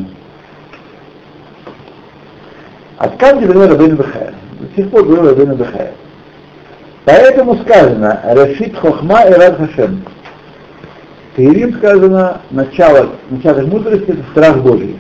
Откам говорил Рабейну Бехая. До сих пор говорил Рабейну Бехая. Поэтому сказано «Решит хохма и рад Хашем». В Теилим сказано начало, начало мудрости — это страх Божий.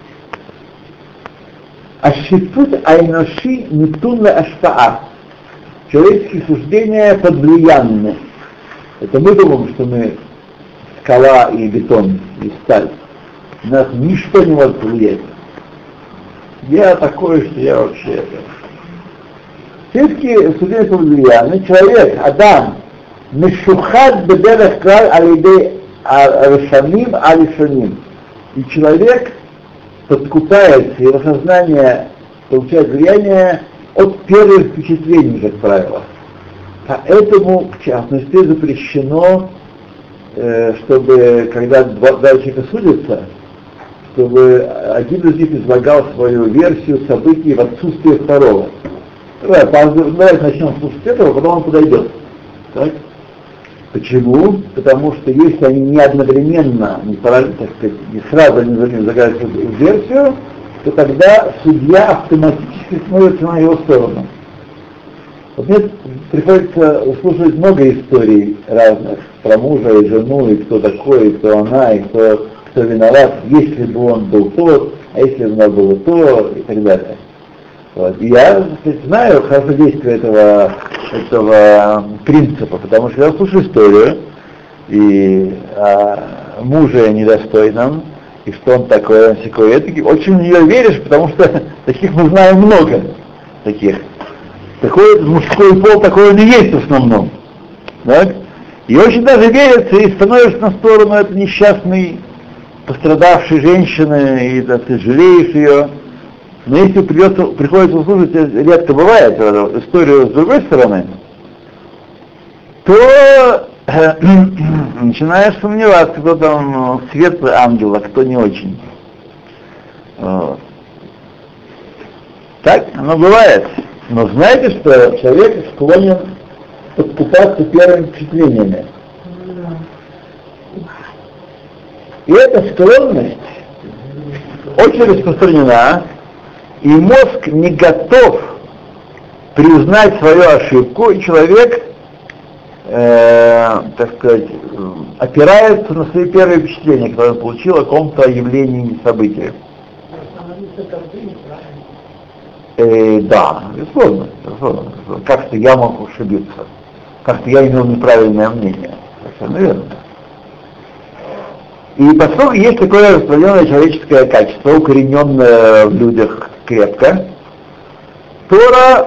Ашифут айноши нитун ла ашпаа. Человеческие суждения подлиянны. Это мы думаем, что мы скала и бетон, и сталь. Нас ничто не может повлиять. Я такой, что я вообще это. Все-таки суждения подлиянны. Человек, Адам, мешухад бедерах краль алидей аршамим алишаним. И человек подкупается, его сознание получает влияние от первых впечатлений, как правило. Поэтому, в частности, запрещено, э, чтобы, когда два, два человека судятся, чтобы один из них излагал свою версию событий в отсутствие второго. Давай, давайте начнем слушать этого, потом он подойдет. Так? Почему? Потому что если они не одновременно, не, так сказать, не сразу не излагают свою версию, то тогда судья автоматически становится на его сторону. Вот мне приходится услышать много историй разных про мужа и жену, и кто такой, и кто она, и кто, кто виноват, если бы он был тот, а если бы она была то, и так далее. Вот. И я, так сказать, знаю хорошо действие этого, этого принципа, потому что я слушаю историю и о муже недостойном, и что он такой, он всякой, я таки очень в нее веришь, потому что таких мы знаем много, таких. Такой мужской пол, такой он и есть в основном. Так? И очень даже верится, и становишься на сторону этой несчастной, пострадавшей женщины, и да, ты жалеешь ее. Но если придется, приходится услышать, редко бывает, историю с другой стороны, то начинаешь сомневаться, кто там светлый ангел, а кто не очень. Вот. Так оно бывает. Но знаете, что человек склонен подкупаться первыми впечатлениями. И эта склонность очень распространена, и мозг не готов признать свою ошибку, и человек, э, так сказать, опирается на свои первые впечатления, которые он получил о каком-то явлении и событии. Э, да, безусловно, безусловно. Как-то я мог ошибиться, как-то я имел неправильное мнение. Совершенно верно. И поскольку есть такое распространенное человеческое качество, укорененное в людях крепко, Тора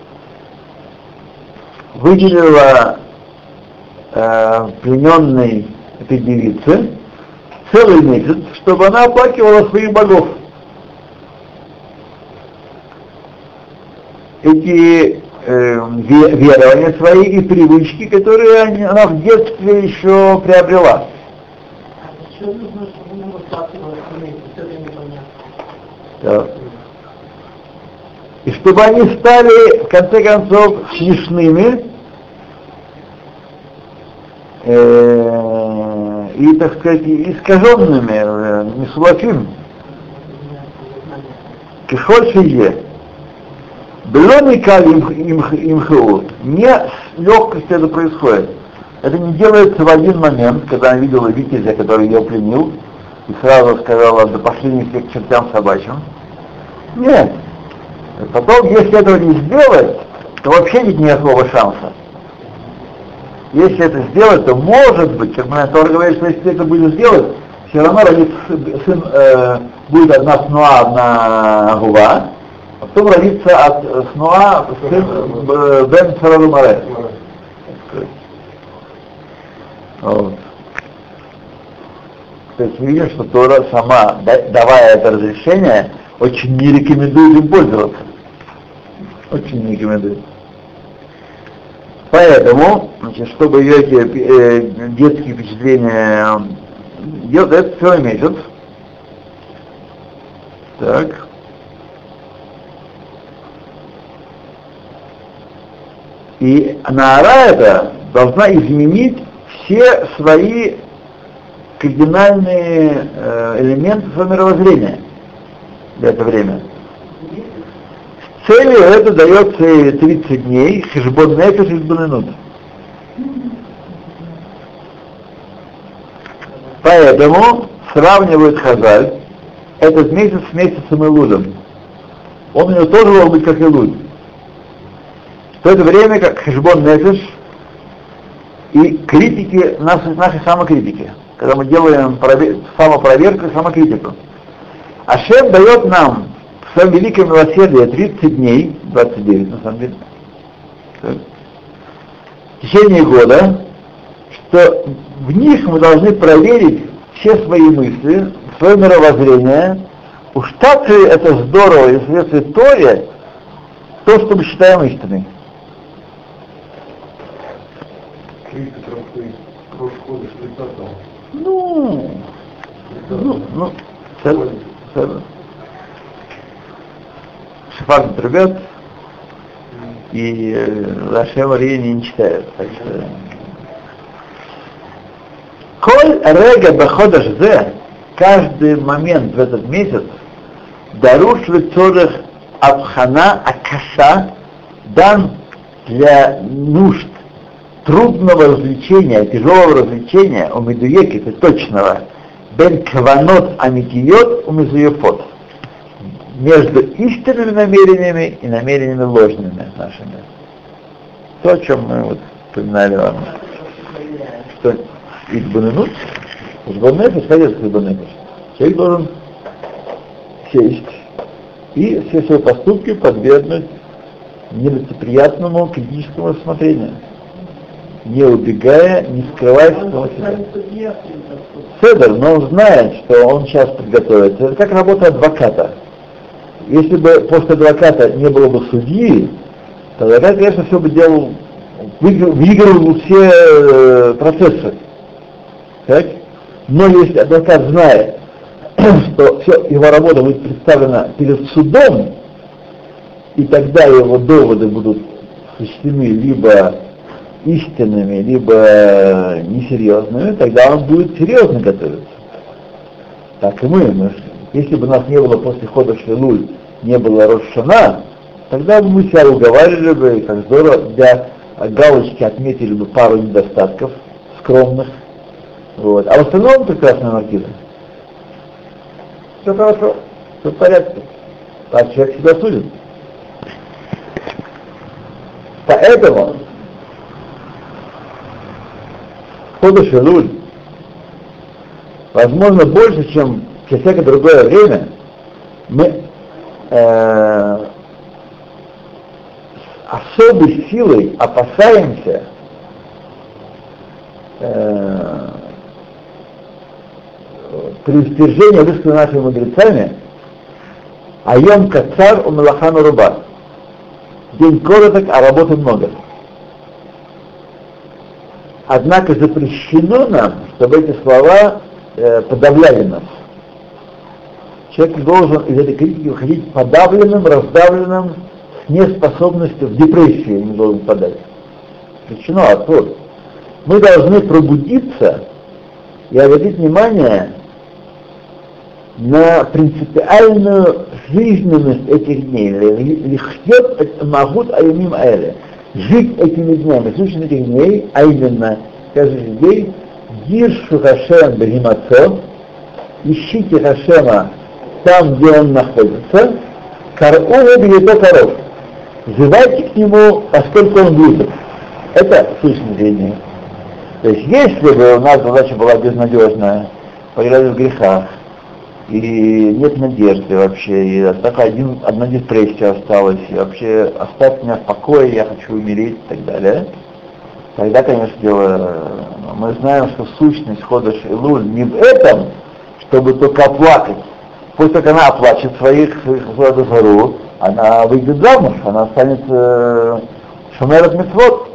выделила э, плененной этой девице целый месяц, чтобы она оплакивала своих богов. Эти э, верования свои и привычки, которые они, она в детстве еще приобрела. Что нужно, чтобы она выплакивала семейку? Это непонятно. Да. И чтобы они стали, в конце концов, смешными э, и, так сказать, искаженными, мисулафим. Кешоль шие. Белони кали имхеу. Не с легкостью это происходит. Это не делается в один момент, когда она видела витязя, который ее пленил, и сразу сказала: да пошли не все к чертям собачьим. Нет. Потом, если этого не сделать, то вообще нет никакого шанса. Если это сделать, то может быть, как мы Тора говорит, что если ты это будешь делать, все равно родится сын, э, будет одна снуа, одна гува, а потом родится от снуа сын э, бен Сарару Маре. Вот. То есть мы видим, что Тора сама, давая это разрешение, очень не рекомендует им пользоваться. Очень не рекомендует. Поэтому, значит, чтобы ее эти э, детские впечатления делать, это целый месяц. Так. И Наара эта должна изменить все свои кардинальные э, элементы своего мировоззрения в это время. С целью это дается тридцать дней, хешбон нефеш, хешбон энут. Поэтому сравнивают Хазаль этот месяц с месяцем Илулем. Он у него тоже должен быть как Илуль. В это время как хешбон нефеш и критики, нашей, нашей самокритики, когда мы делаем провер... самопроверку и самокритику. Ашем дает нам в своем великом милосердии тридцать дней, двадцать девять на самом деле, в течение года, что в них мы должны проверить все свои мысли, свое мировоззрение. Уж так ли это здорово, если соответствует Торе, то, что мы считаем истиной. Ну, ну, ну, целый, целый. Шифар трубят, и Лаше Мария не читают. Так что... Коль рега баходаш зе, каждый момент в этот месяц, даруш лецорых абхана акаша, дан для нужд трудного развлечения, тяжелого развлечения, у медуеки, точного, бен кванот амитиот у мезуефот, между истинными намерениями и намерениями ложными нашими. То, о чем мы вот вспоминали вам, что избанынут, избанынут, сходит к избанынут. Человек должен сесть и все свои поступки подвергнуть нелицеприятному критическому рассмотрению, не убегая, не скрывая самого себя. Седер, но он знает, что он сейчас подготовится. Это как работа адвоката. Если бы после адвоката не было бы судьи, то адвокат, конечно, все бы делал выигрывал все э, процессы. Так? Но если адвокат знает, что все его работа будет представлена перед судом, и тогда его доводы будут сочтены либо истинными, либо несерьезными, тогда он будет серьезно готовиться. Так и мы. мы если бы нас не было после хода Шилуль, не было Рош Шана, тогда бы мы себя уговаривали бы, как здорово, для галочки отметили бы пару недостатков скромных. Вот. А в остальном прекрасная маркиза. Все хорошо, все в порядке. Так человек себя судит. Поэтому хода Шилуль, возможно, больше, чем в всякое другое время, мы э, особой силой опасаемся э, предостережения, высказанного нашими мудрецами, айом кацар у мелахану руба. День короток, а работы много. Однако запрещено нам, чтобы эти слова э, подавляли нас. Человек должен из этой критики выходить подавленным, раздавленным, с неспособностью, в депрессию не должен подать. Запрещено отвод. Мы должны пробудиться и обратить внимание на принципиальную жизненность этих дней. Лихьет магут аюмим аэле. Жить этими днями, сущность этих дней, а именно каждый день, диршу Хашем бегимацо, ищите Хашема там, где он находится, кар'уну бегито коров. Взывайте к нему, поскольку он близок. Это сущность этих дней. То есть, если бы у нас задача была безнадежная, поиграли в грехах, и нет надежды вообще, и только один, одна депрессия осталась, и вообще оставь меня в покое, я хочу умереть и так далее, тогда, конечно, дело, мы знаем, что сущность хода Шилуль не в этом, чтобы только оплакать. Пусть только она оплачет своих, своих Зару, она выйдет замуж, она станет э, шумерет мицвот.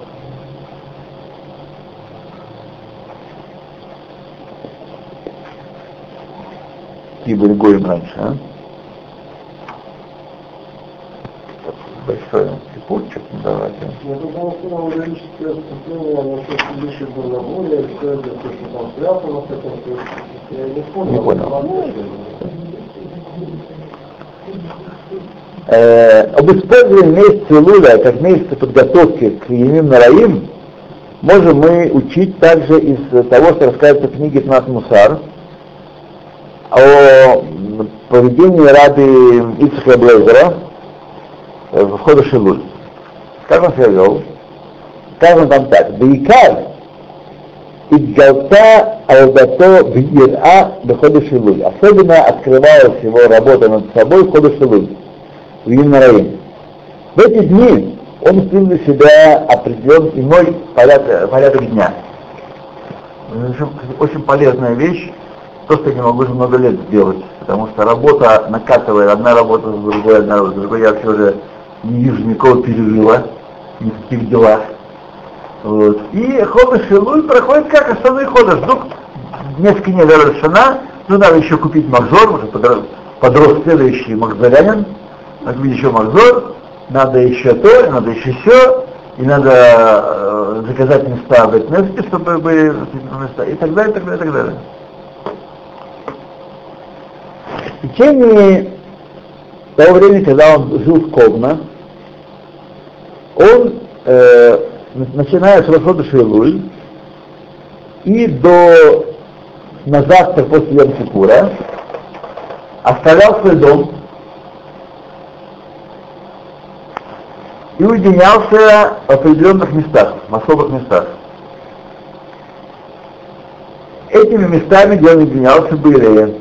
И были гоем раньше, а? Большой припутчик, давайте. Я думал, что нам логическое отступление, оно все еще было более, все это, то, что там связано с этим, я не понял. Не понял. Э, об использовании месяца Луля как месяца подготовки к Емим Нараим можем мы учить также из того, что рассказывается в книге Тнат Мусар, о поведении Раби Ицхака Блейзера в ходе Шилуль. Как он себя вел? Сказано там так: «Бейкар идгалта алдато б'ира в ходе Шилуль». Особенно открывалась его работа над собой в ходе Шилуль, в Йом Раим. В эти дни он установил для себя определенный иной порядок, порядок дня. Очень полезная вещь. То, что я не могу уже много лет сделать, потому что работа накатывает, одна работа с другой, одна с другой, я вообще уже не вижу никакого перерыва, ни в каких делах. Вот. И хода Шилуль проходит как основной хода. Ждут несколько дней до Рош Шана, ну надо еще купить махзор, уже подрос следующий махзорянин, надо купить еще махзор, надо еще то, надо еще все, и надо э, заказать места в Бет-Кнесете, чтобы были места, и так далее, и так далее, и так далее. В течение того времени, когда он жил в Ковна, он, э, начиная с Рош Шилуль и до на завтра после Йом Кипура, оставлял свой дом и уединялся в определенных местах, в особых местах. Этими местами, где он уединялся, были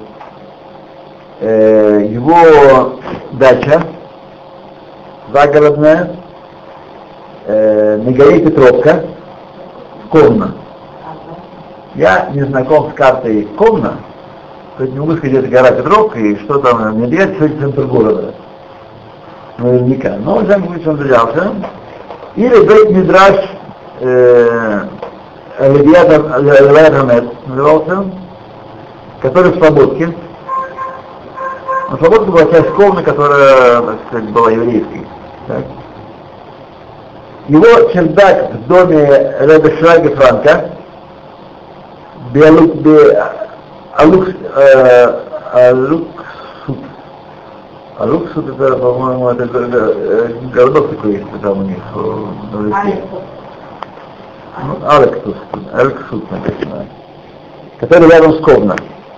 его дача загородная, э, на горе Петровка, Ковна. Я не знаком с картой Ковна, то есть не могу сказать, где гора Петровка и что там, не обязательно сегодня центр города. Наверняка. Но он сам говорит, что он взялся. Или Бейт Мидраш Левиат Хамец назывался, который в Слободке. Но Слободка была часть комнаты, которая, так сказать, была еврейской. Так. Его чердак в доме Ребе Шрайга Франка, Алуксут, Алуксут это, по-моему, это городок такой есть там у них на улице. Алексус, Алексус написано, который рядом с Ковна.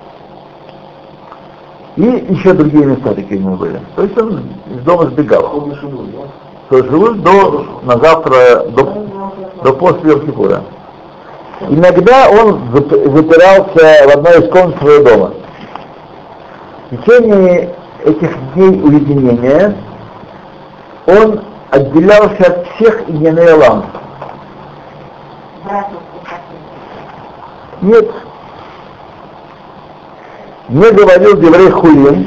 И еще другие места такие у него были. То есть он из дома сбегал. То есть живут до, на завтра, до, до после Йом-Кипура. Иногда он запирался в одной из комнат своего дома. В течение этих дней уединения он отделялся от всех иньяней олам. Нет. Не говорил деврей хулин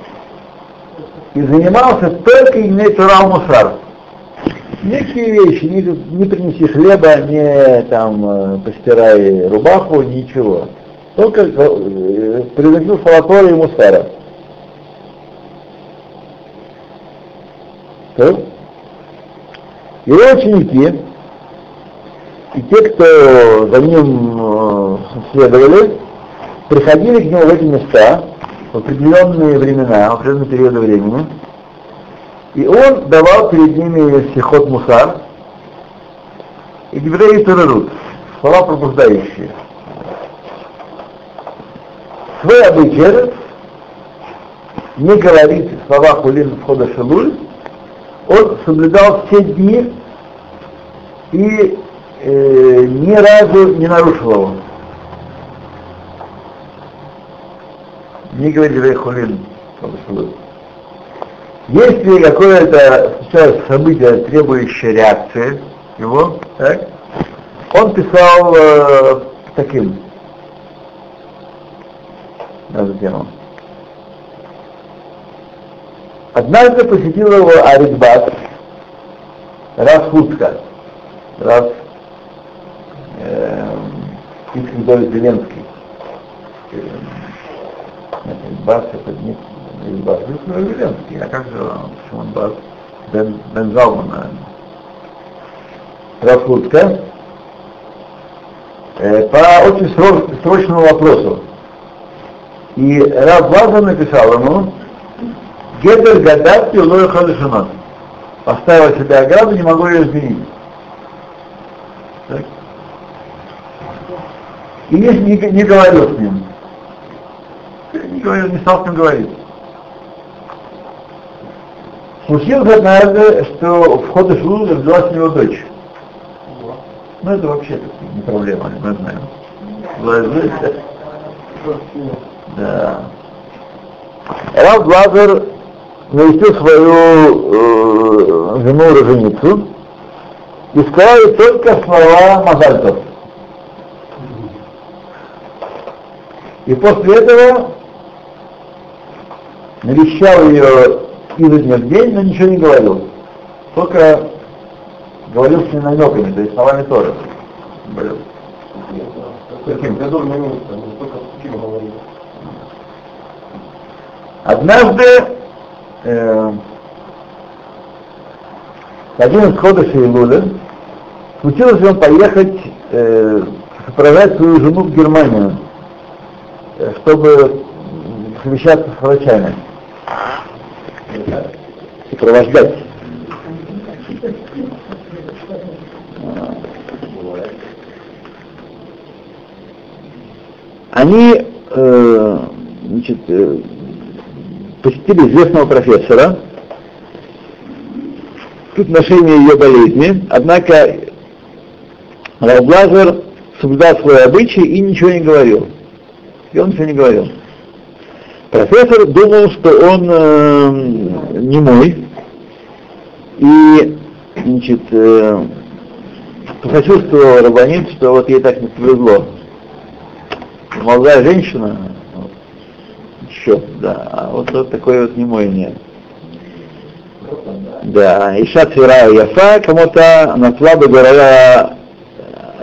и занимался только иньяней Тора Мусар. Некие вещи, не, не принеси хлеба, не там постирай рубаху, ничего. Только э, предъявил Фалатора и Мусара. Так. Его ученики и те, кто за ним э, следовали, приходили к нему в эти места в определенные времена, в определенные периоды времени, и он давал перед ними сихот мусар и деврей турерут, слова пробуждающие. Свой обычай не говорить слова хулин входа шелуль, он соблюдал все дни и э, ни разу не нарушил его. Не говорит деврей хулин входа шелуль. Если какое-то сейчас событие, требующее реакции его, так, он писал э, таким на эту тему. Однажды посетил его Арикбат, Рав Хуцка, Рав Ицхак Зеленский. Арикбат это не Бас, Зеленский, а как же почему он Бас? Бен, Бен Залман, наверное. Рав Хуцка э, по очень сроч, срочному вопросу. И Рав Лазар написал ему: Гедер гадат пилой халишунат. Поставил себе ограду, не могу ее изменить. Так. И не, не, не говорил с ним. Не, говорил, не стал с ним говорить. Случилось однажды, что в ходе шелула родилась у него дочь. Ну это вообще не проблема, мы знаем. Да. Рав Лазар навестил свою э, жену-роженицу и сказал ей только слова Мазальтов. И после этого навещал ее изо дня в день, но ничего не говорил. Только говорил с ней намеками, то есть словами Торы. Говорил. Каким? Однажды э, один из ходов Илуля случилось ему поехать э, сопровождать свою жену в Германию, чтобы совещаться с врачами. Сопровождать. Они э, значит, э, посетили известного профессора в отношении ее болезни, однако Рав Лазар соблюдал свой обычай и ничего не говорил. И он ничего не говорил. Профессор думал, что он э, немой, и, значит, э, посочувствовал рабанит, что вот ей так не повезло. Молодая женщина, еще, да, а вот, вот такой вот немой нет. Да, Иша Цвирая Яфа, кому-то она слабо говорила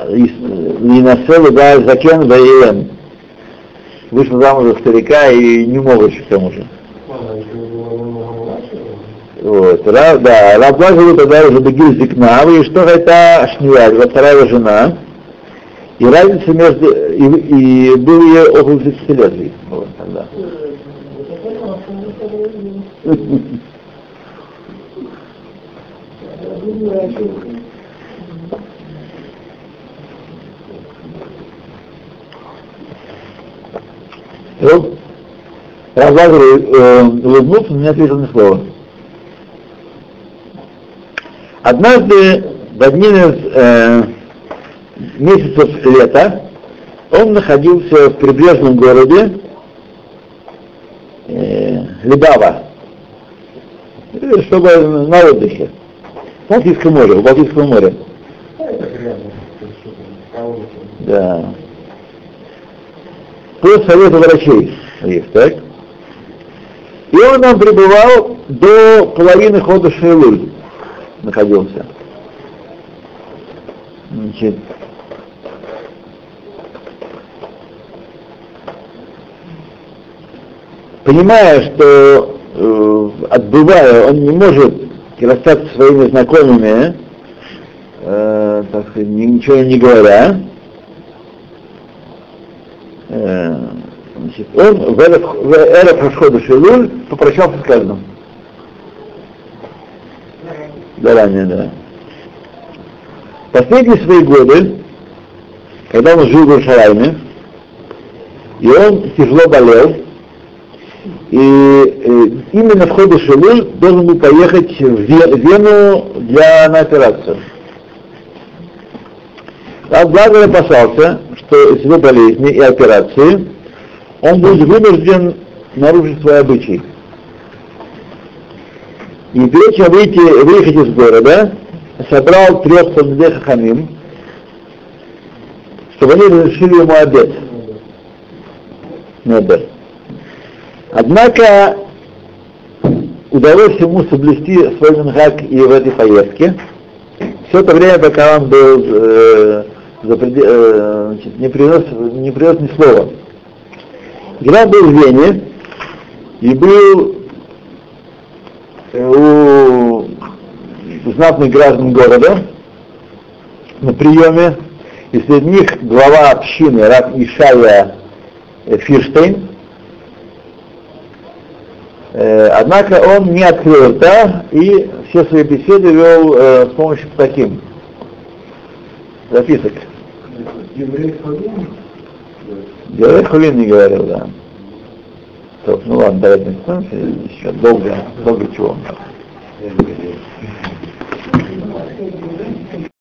Линасел да закен ваилен. Вышел замуж за старика и не могут к тому же. Вот, Рав, да, Раблагову тогда уже Бегиль Зикнав, и что это Шнияль, вот вторая его жена, и разница между, и, и был ей около тридцати лет, вот, тогда. Раблагову улыбнулся, но не ответил ни слова. Однажды в один из э, месяцев лета он находился в прибрежном городе э, Либава, чтобы на отдыхе, в Балтийском море, в Балтийском море. Да. По совету врачей, так? И он там пребывал до половины хода Шейлуль. Находился. Значит, понимая, что э, отбывая, он не может расстаться со своими знакомыми, э, так сказать, ничего не говоря, э, значит, он в эрах расхода Шейлуль попрощался с каждым. Заранее, да. Последние свои годы, когда он жил в Иерусалиме, и он тяжело болел, и э, именно в ходе Шейлуль должен был поехать в Вену для, на операцию. Рав Благову опасался, что из-за его болезни и операции он будет вынужден нарушить свой обычай. И прежде чем выйти, выехать из города, собрал трех Талмидей Хахамим, чтобы они разрешили ему обед. Не обед. Однако удалось ему соблюсти свой минхаг и в этой поездке. Все это время, пока он был э, запред... э, значит, не принес, не принес ни слова. Когда он был в Вене и был у знатных граждан города на приеме, и среди них глава общины Рав Ишая Фирштейн. Э, однако он не открыл рта и все свои беседы вел э, с помощью таким записок. Еврей Хулин? Еврей Хулин не говорил, да. Стоп, ну ладно, давайте еще долго, долго чего.